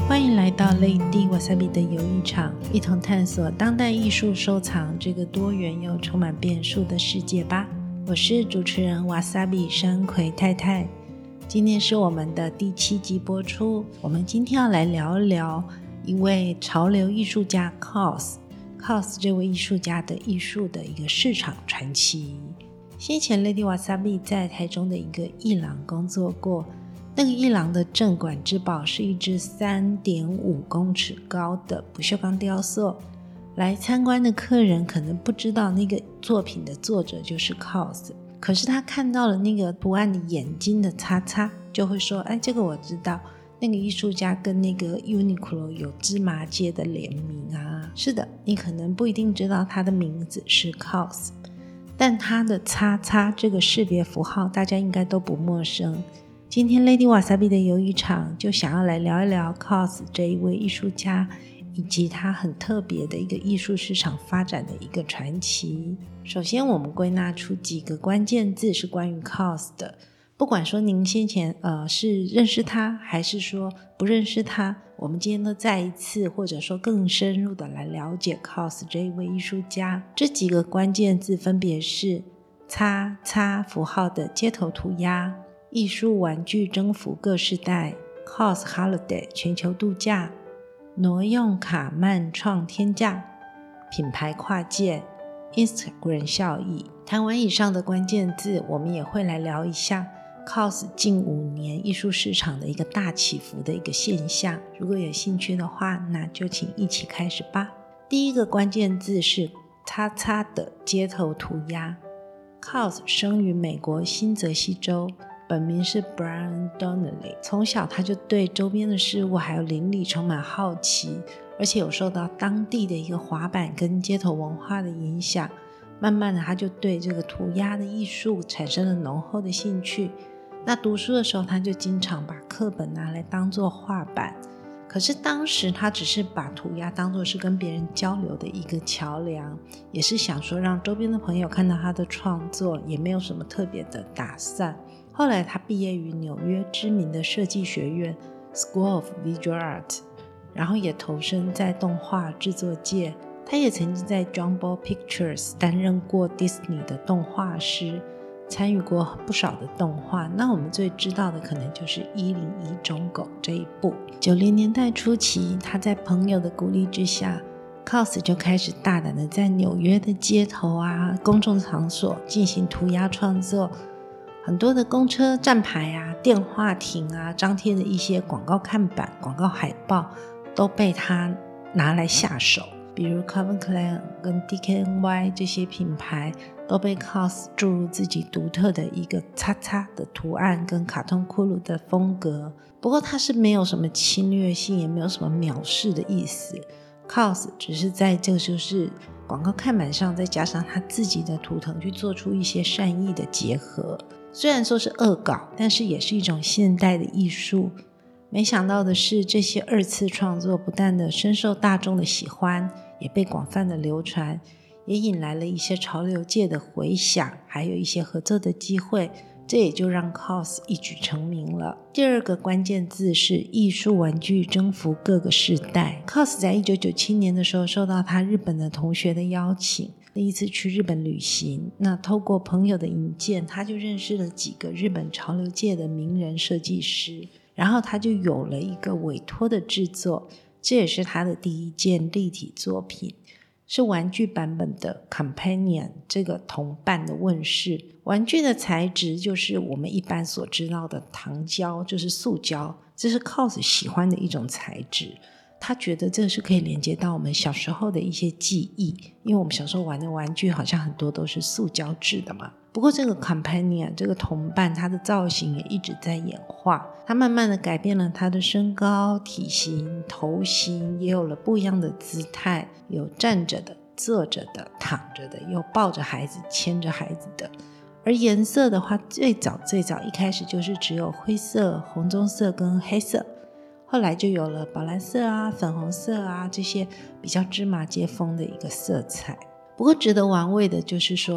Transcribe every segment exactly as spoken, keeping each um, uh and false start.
欢迎来到 Lady Wasabi 的游艺场，一同探索当代艺术收藏这个多元又充满变数的世界吧。我是主持人 Wasabi 山葵太太，今天是我们的第七集播出。我们今天要来聊一聊一位潮流艺术家 K O S K O S 这位艺术家的艺术的一个市场传奇。先前 Lady Wasabi 在台中的一个艺廊工作过，那个艺廊的镇馆之宝是一只 三点五公尺高的不锈钢雕塑。来参观的客人可能不知道那个作品的作者就是 K O S， 可是他看到了那个图案的眼睛的叉叉，就会说哎，这个我知道，那个艺术家跟那个 Uniqlo 有芝麻街的联名啊。是的，你可能不一定知道他的名字是 K O S， 但他的叉叉这个识别符号大家应该都不陌生。今天 Lady Wasabi 的游艺场就想要来聊一聊 K O S 这一位艺术家，以及他很特别的一个艺术市场发展的一个传奇。首先我们归纳出几个关键字是关于 K O S 的，不管说您先前呃是认识他还是说不认识他，我们今天都再一次或者说更深入的来了解 K O S 这一位艺术家。这几个关键字分别是叉叉符号的街头涂鸦，艺术玩具征服各世代， K O S Holiday 全球度假，挪用卡曼创天价，品牌跨界， Instagram 效益。谈完以上的关键字，我们也会来聊一下 K O S 近五年艺术市场的一个大起伏的一个现象。如果有兴趣的话，那就请一起开始吧。第一个关键字是叉叉的街头涂鸦。 K O S 生于美国新泽西州，本名是 Brian Donnelly， 从小他就对周边的事物还有邻里充满好奇，而且有受到当地的一个滑板跟街头文化的影响，慢慢的他就对这个涂鸦的艺术产生了浓厚的兴趣。那读书的时候他就经常把课本拿来当作画板，可是当时他只是把涂鸦当作是跟别人交流的一个桥梁，也是想说让周边的朋友看到他的创作，也没有什么特别的打算。后来他毕业于纽约知名的设计学院 School of Visual Art， 然后也投身在动画制作界。他也曾经在 Jumbo Pictures 担任过 Disney 的动画师，参与过不少的动画。那我们最知道的可能就是一零一忠狗这一部。九零年代初期，他在朋友的鼓励之下， K O S 就开始大胆的在纽约的街头啊、公众场所进行涂鸦创作。很多的公车站牌啊、电话亭啊，张贴的一些广告看板、广告海报都被他拿来下手。比如 Calvin Klein 跟 D K N Y 这些品牌都被 K O S 注入自己独特的一个叉叉的图案跟卡通骷髅的风格。不过它是没有什么侵略性，也没有什么藐视的意思。K O S 只是在这个就是广告看板上再加上他自己的图腾，去做出一些善意的结合。虽然说是恶搞，但是也是一种现代的艺术。没想到的是，这些二次创作不但的深受大众的喜欢，也被广泛的流传，也引来了一些潮流界的回响，还有一些合作的机会，这也就让 K O S 一举成名了。第二个关键字是艺术玩具征服各个世代。 K O S 在一九九七年的时候受到他日本的同学的邀请，第一次去日本旅行，那透过朋友的引荐，他就认识了几个日本潮流界的名人设计师，然后他就有了一个委托的制作，这也是他的第一件立体作品，是玩具版本的 Companion 这个同伴的问世。玩具的材质就是我们一般所知道的糖胶，就是塑胶，这是 K O S 喜欢的一种材质。他觉得这是可以连接到我们小时候的一些记忆，因为我们小时候玩的玩具好像很多都是塑胶制的嘛。不过这个 Companion 这个同伴，它的造型也一直在演化，它慢慢的改变了它的身高、体型、头型，也有了不一样的姿态，有站着的、坐着的、躺着的，有抱着孩子、牵着孩子的。而颜色的话，最早最早一开始就是只有灰色、红棕色跟黑色，后来就有了宝蓝色啊、粉红色啊这些比较芝麻街风的一个色彩。不过值得玩味的就是说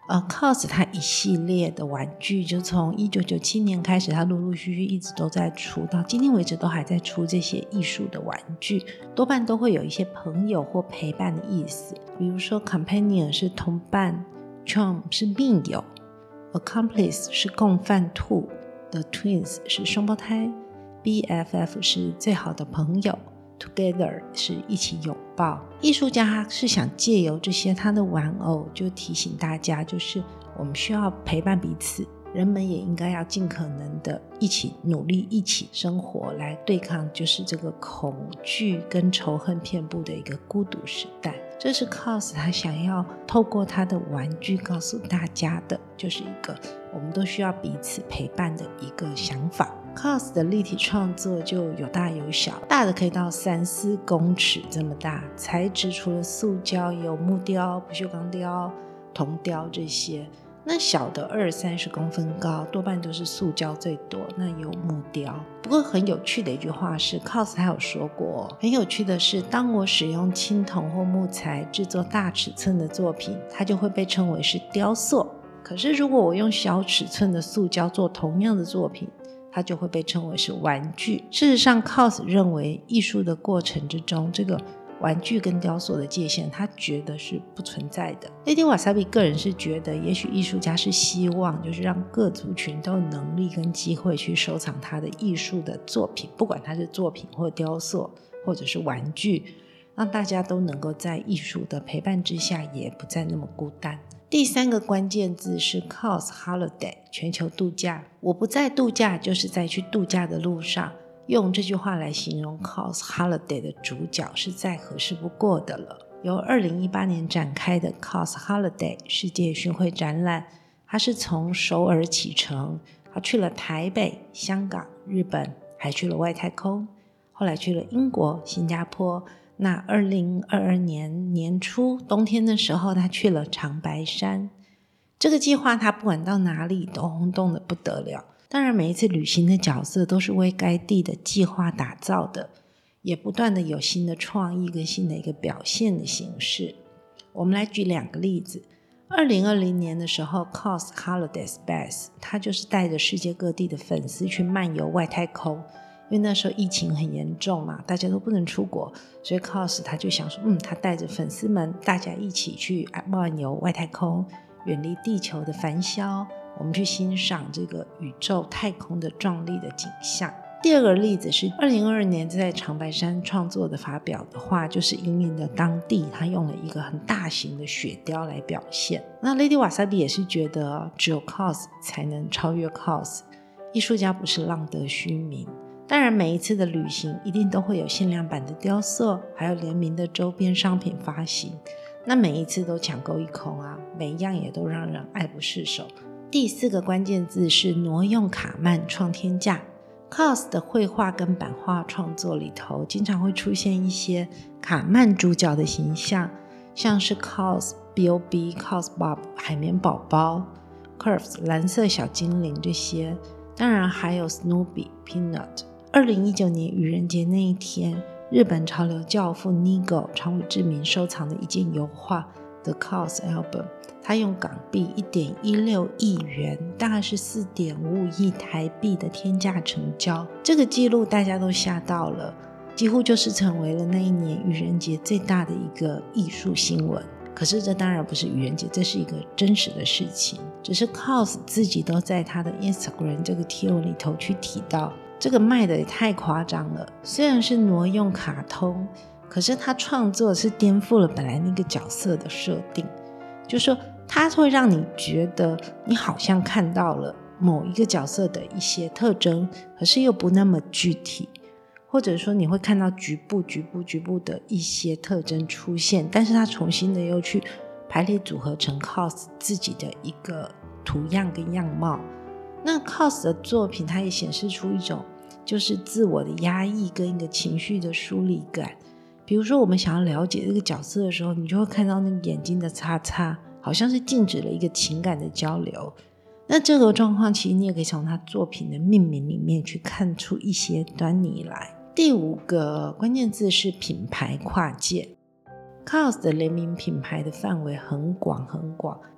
呃 C O S 它一系列的玩具就从一九九七年开始，它陆陆续续一直都在出，到今天为止都还在出这些艺术的玩具，多半都会有一些朋友或陪伴的意思。比如说 Companion 是同伴， Chum 是密友， Accomplice 是共犯兔， The Twins 是双胞胎， B F F 是最好的朋友， Together 是一起拥抱。艺术家他是想借由这些他的玩偶，就提醒大家，就是我们需要陪伴彼此，人们也应该要尽可能的一起努力，一起生活，来对抗就是这个恐惧跟仇恨遍布的一个孤独时代。这是 C O S 他想要透过他的玩具告诉大家的，就是一个我们都需要彼此陪伴的一个想法。C O S 的立体创作就有大有小，大的可以到三四公尺这么大，材质除了塑胶也有木雕、不锈钢雕、铜雕这些，那小的二三十公分高，多半都是塑胶最多，那有木雕。不过很有趣的一句话是 C O S 他有说过，很有趣的是，当我使用青铜或木材制作大尺寸的作品，它就会被称为是雕塑，可是如果我用小尺寸的塑胶做同样的作品，它就会被称为是玩具。事实上 C O S 认为艺术的过程之中，这个玩具跟雕塑的界限他觉得是不存在的。 Lady Wasabi 个人是觉得，也许艺术家是希望就是让各族群都有能力跟机会去收藏他的艺术的作品，不管它是作品或雕塑或者是玩具，让大家都能够在艺术的陪伴之下也不再那么孤单。第三个关键字是 C O S Holiday 全球度假。我不在度假，就是在去度假的路上，用这句话来形容 C O S Holiday 的主角是再合适不过的了。由二零一八年展开的 C O S Holiday 世界巡回展览，它是从首尔启程，他去了台北、香港、日本，还去了外太空，后来去了英国、新加坡。那二零二二年年初冬天的时候，他去了长白山。这个计划他不管到哪里都轰动的不得了，当然每一次旅行的角色都是为该地的计划打造的，也不断的有新的创意跟新的一个表现的形式。我们来举两个例子。二零二零年的时候 C O S Holiday Space 他就是带着世界各地的粉丝去漫游外太空，因为那时候疫情很严重嘛，大家都不能出国，所以 C O S 他就想说，嗯，他带着粉丝们大家一起去漫游外太空，远离地球的烦嚣，我们去欣赏这个宇宙太空的壮丽的景象。第二个例子是二零二二年在长白山创作的发表的话，就是因应的当地他用了一个很大型的雪雕来表现。那 Lady Wasabi 也是觉得只有 C O S 才能超越 C O S， 艺术家不是浪得虚名。当然每一次的旅行一定都会有限量版的雕塑，还有联名的周边商品发行，那每一次都抢购一空啊，每一样也都让人爱不释手。第四个关键字是挪用卡漫创天价。 C O S 的绘画跟版画创作里头经常会出现一些卡漫主角的形象，像是 C O S B O B、C O S Bob 海绵宝宝、 Curves 蓝色小精灵这些，当然还有 Snoopy、 Peanut。二零一九年愚人节那一天，日本潮流教父 Nigo 长尾智明收藏的一件油画 The C O S Album， 他用港币 一点一六亿元，大概是 四点五五亿台币的天价成交。这个记录大家都吓到了，几乎就是成为了那一年愚人节最大的一个艺术新闻。可是这当然不是愚人节，这是一个真实的事情，只是 C O S 自己都在他的 Instagram 这个贴文里头去提到，这个卖的也太夸张了。虽然是挪用卡通，可是他创作是颠覆了本来那个角色的设定，就是说他会让你觉得你好像看到了某一个角色的一些特征，可是又不那么具体，或者说你会看到局部局部局部的一些特征出现，但是他重新的又去排列组合成 C O S 自己的一个图样跟样貌。那 C O S 的作品它也显示出一种就是自我的压抑跟一个情绪的疏离感。比如说我们想要了解这个角色的时候，你就会看到那个眼睛的叉叉好像是禁止了一个情感的交流。那这个状况其实你也可以从他作品的命名里面去看出一些端倪来。第五个关键字是品牌跨界。C O S 的联名品牌的范围很广很广，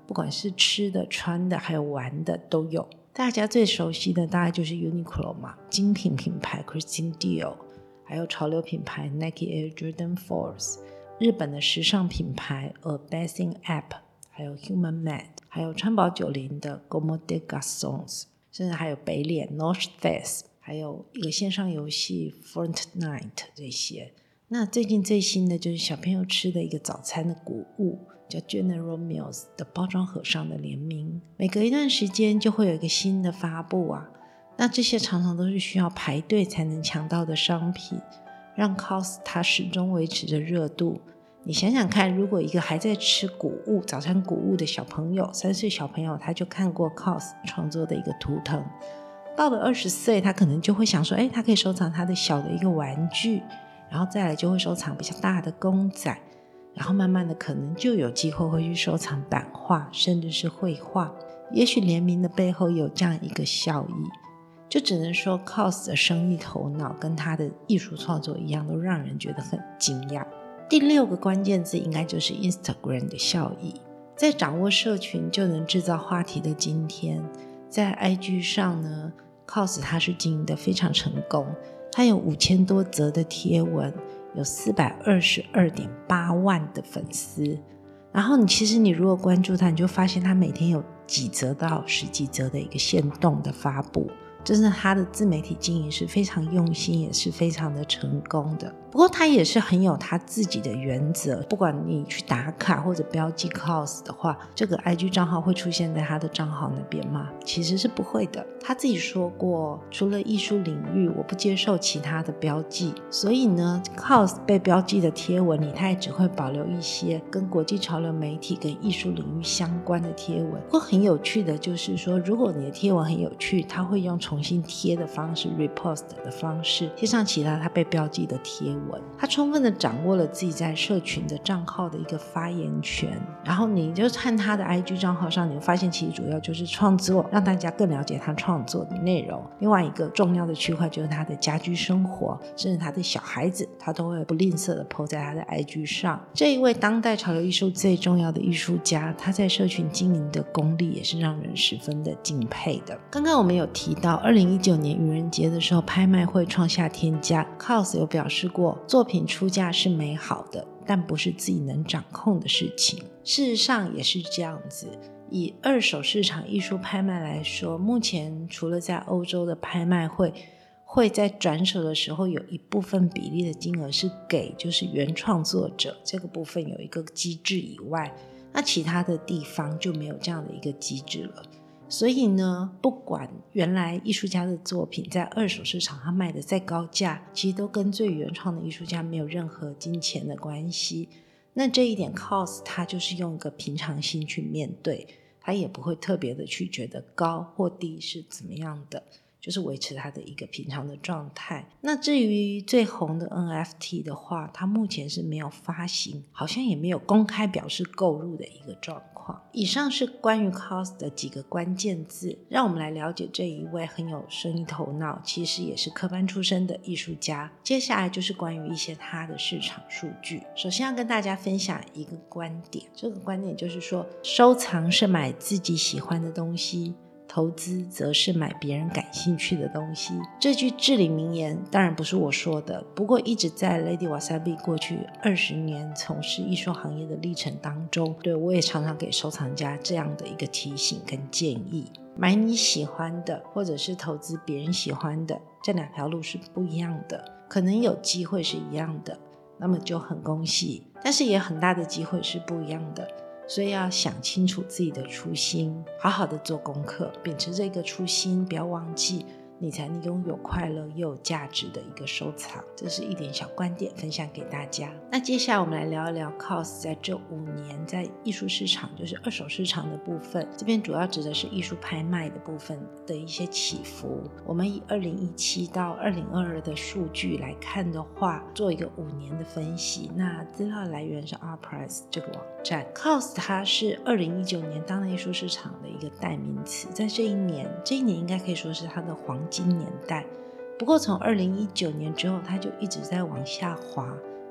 不管是吃的、穿的还有玩的都有。大家最熟悉的大概就是 Uniqlo 嘛，精品品牌 Christian Dior， 还有潮流品牌 Nike Air Jordan Force， 日本的时尚品牌 A Bathing Ape， 还有 Human Made， 还有川宝九零的 Comme des Garçons， 甚至还有北脸 North Face， 还有一个线上游戏 Fortnite 这些。那最近最新的就是小朋友吃的一个早餐的谷物，叫 General Mills 的包装盒上的联名，每隔一段时间就会有一个新的发布啊。那这些常常都是需要排队才能抢到的商品，让 C O S 它始终维持着热度。你想想看，如果一个还在吃谷物早餐谷物的小朋友，三岁小朋友他就看过 C O S 创作的一个图腾，到了二十岁他可能就会想说，诶，他可以收藏他的小的一个玩具，然后再来就会收藏比较大的公仔，然后慢慢的可能就有机会会去收藏版画甚至是绘画。也许联名的背后有这样一个效益，就只能说 C O S 的生意头脑跟他的艺术创作一样，都让人觉得很惊讶。第六个关键字应该就是 Instagram 的效益。在掌握社群就能制造话题的今天，在 I G 上呢， C O S 它是经营的非常成功，它有五千多则的贴文，有 四百二十二点八万的粉丝。然后你其实你如果关注它，你就发现它每天有几则到十几则的一个限动的发布，真的他的自媒体经营是非常用心，也是非常的成功的。不过他也是很有他自己的原则，不管你去打卡或者标记 C O S 的话，这个 I G 账号会出现在他的账号那边吗？其实是不会的。他自己说过，除了艺术领域我不接受其他的标记，所以呢 C O S 被标记的贴文里，他也只会保留一些跟国际潮流媒体跟艺术领域相关的贴文。不过很有趣的就是说，如果你的贴文很有趣，他会用重新贴的方式 repost 的方式贴上其他他被标记的贴文，他充分的掌握了自己在社群的账号的一个发言权。然后你就看他的 I G 账号上，你会发现其实主要就是创作，让大家更了解他创作的内容。另外一个重要的区块就是他的家居生活，甚至他的小孩子，他都会不吝啬的 po 在他的 I G 上。这一位当代潮流艺术最重要的艺术家，他在社群经营的功力也是让人十分的敬佩的。刚刚我们有提到二零一九年愚人节的时候，拍卖会创下天价， C O S 有表示过，作品出价是美好的，但不是自己能掌控的事情。事实上也是这样子。以二手市场艺术拍卖来说，目前除了在欧洲的拍卖会会在转手的时候有一部分比例的金额是给就是原创作者，这个部分有一个机制以外，那其他的地方就没有这样的一个机制了。所以呢，不管原来艺术家的作品在二手市场上卖的再高价，其实都跟最原创的艺术家没有任何金钱的关系。那这一点 C O S 他就是用一个平常心去面对，他也不会特别的去觉得高或低是怎么样的，就是维持他的一个平常的状态。那至于最红的 N F T 的话，它目前是没有发行，好像也没有公开表示购入的一个状况。以上是关于 C O S 的几个关键字，让我们来了解这一位很有生意头脑，其实也是科班出身的艺术家。接下来就是关于一些他的市场数据。首先要跟大家分享一个观点，这个观点就是说，收藏是买自己喜欢的东西，投资则是买别人感兴趣的东西。这句至理名言当然不是我说的，不过一直在 Lady Wasabi 过去二十年从事艺术行业的历程当中，对我也常常给收藏家这样的一个提醒跟建议，买你喜欢的或者是投资别人喜欢的，这两条路是不一样的。可能有机会是一样的，那么就很恭喜，但是也很大的机会是不一样的。所以要想清楚自己的初心，好好的做功课，秉持这个初心，不要忘记，你才能拥有快乐又有价值的一个收藏。这是一点小观点分享给大家。那接下来我们来聊一聊 C O S 在这五年在艺术市场，就是二手市场的部分，这边主要指的是艺术拍卖的部分的一些起伏。我们以二零一七到二零二二的数据来看的话，做一个五年的分析。那资料来源是 Artprice 这个网站。 C O S 它是二零一九年当代艺术市场的一个代名词，在这一年这一年应该可以说是它的黄金年代。不过从二零一九年之后，它就一直在往下滑，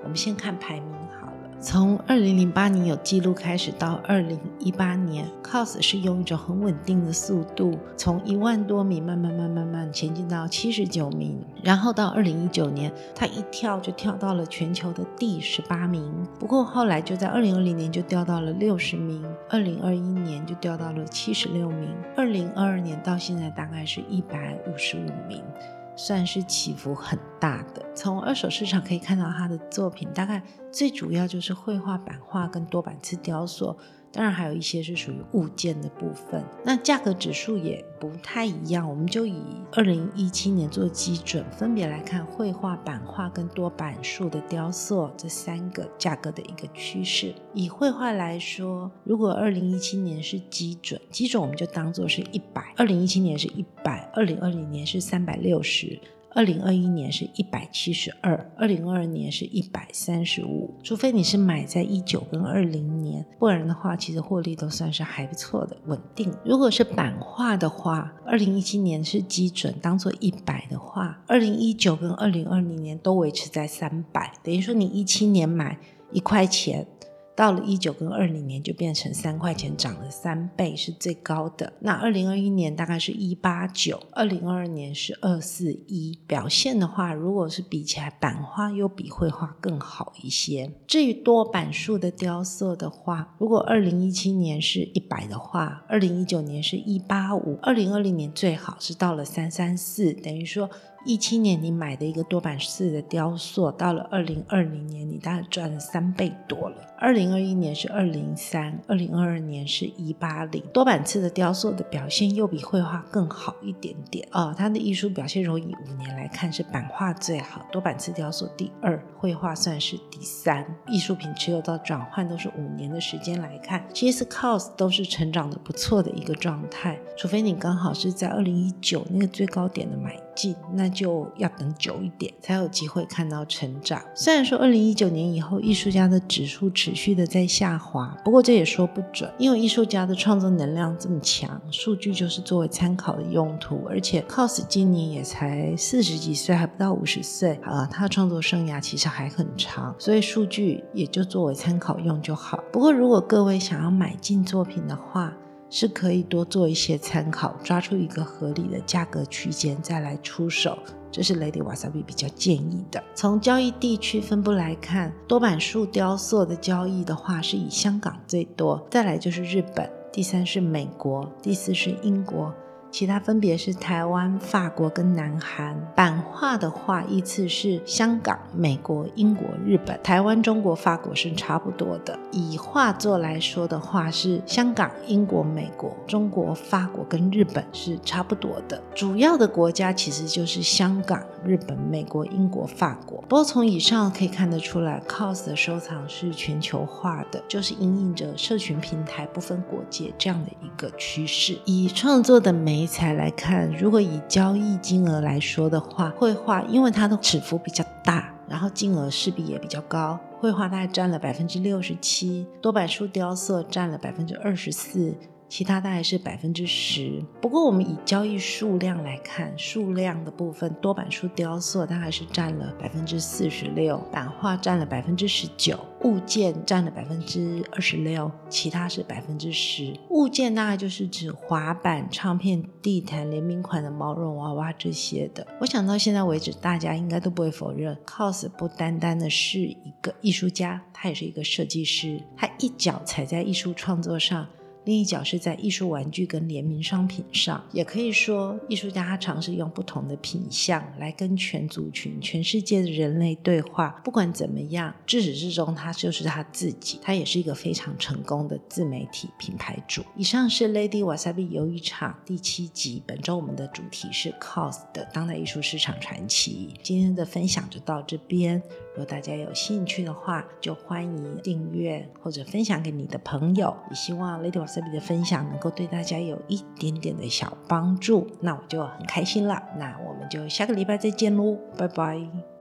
我们先看排名好了。从二零零八年有记录开始到二零一八年 C O S 是用一种很稳定的速度，从一万多名慢慢慢慢慢前进到七十九名，然后到二零一九年它一跳就跳到了全球的第十八名，不过后来就在二零二零年就掉到了六十名，二零二一年就掉到了七十六名，二零二二年到现在大概是一百五十五名，算是起伏很大的。从二手市场可以看到他的作品大概最主要就是绘画、版画跟多版次雕塑，当然还有一些是属于物件的部分。那价格指数也不太一样，我们就以二零一七年做基准，分别来看绘画、版画跟多版数的雕塑这三个价格的一个趋势。以绘画来说，如果二零一七年是基准，基准我们就当作是一百，二零一七年是一百，二零二零年是三百六十，二零二一年是一百七十二，二零二二年是一百三十五。除非你是买在十九跟二零年，不然的话其实获利都算是还不错的，稳定。如果是版画的话，二零一七年是基准当做一百的话，二零一九跟二零二零年都维持在三百，等于说你十七年买一块钱，到了十九跟二零年就变成三块钱，涨了三倍，是最高的。那二零二一年大概是一百八十九，二零二二年是二百四十一。表现的话，如果是比起来，版画又比绘画更好一些。至于多版数的雕塑的话，如果二零一七年是一百的话，二零一九年是一百八十五，二零二零年最好是到了三百三十四，等于说十七年你买的一个多版式的雕塑，到了二零二零年你大概赚了三倍多了。二零二一年是二百零三，二零二二年是一百八十。多版次的雕塑的表现又比绘画更好一点点哦。它的艺术表现，如果以五年来看是版画最好，多版次雕塑第二，绘画算是第三。艺术品持有到转换都是五年的时间来看，其实 C O S 都是成长的不错的一个状态，除非你刚好是在二零一九那个最高点的买进，那就要等久一点才有机会看到成长。虽然说二零一九年以后艺术家的指数持续的在下滑，不过这也说不准，因为艺术家的创作能量这么强，数据就是作为参考的用途，而且 C O S 今年也才四十几岁，还不到五十岁、呃、他创作生涯其实还很长，所以数据也就作为参考用就好。不过如果各位想要买进作品的话，是可以多做一些参考，抓出一个合理的价格区间再来出手，这是 Lady Wasabi 比较建议的。从交易地区分布来看，多版数雕塑的交易的话是以香港最多，再来就是日本，第三是美国，第四是英国，其他分别是台湾、法国跟南韩。版画的话依次是香港、美国、英国、日本，台湾、中国、法国是差不多的。以画作来说的话是香港、英国、美国、中国、法国跟日本是差不多的。主要的国家其实就是香港、日本、美国、英国、法国。不过从以上可以看得出来 C O S 的收藏是全球化的，就是因应着社群平台不分国界这样的一个趋势。以创作的媒材来看，如果以交易金额来说的话，绘画因为它的尺幅比较大，然后金额势必也比较高，绘画大概占了 百分之六十七， 多版数雕塑占了 百分之二十四，其他大概是 百分之十。 不过我们以交易数量来看，数量的部分多版数雕塑大概是占了 百分之四十六， 版画占了 百分之十九， 物件占了 百分之二十六， 其他是 百分之十。 物件大概就是指滑板、唱片、地毯、联名款的毛绒娃娃这些的。我想到现在为止大家应该都不会否认 C O S 不单单的是一个艺术家，他也是一个设计师，他一脚踩在艺术创作上，另一脚是在艺术玩具跟联名商品上。也可以说艺术家他尝试用不同的品项来跟全族群、全世界的人类对话。不管怎么样，至始至终他就是他自己，他也是一个非常成功的自媒体品牌主。以上是 Lady Wasabi 游艺场第七集，本周我们的主题是 C O S 的当代艺术市场传奇。今天的分享就到这边，如果大家有兴趣的话，就欢迎订阅或者分享给你的朋友。也希望 Lady Wasabi 的分享能够对大家有一点点的小帮助，那我就很开心了。那我们就下个礼拜再见咯，拜拜。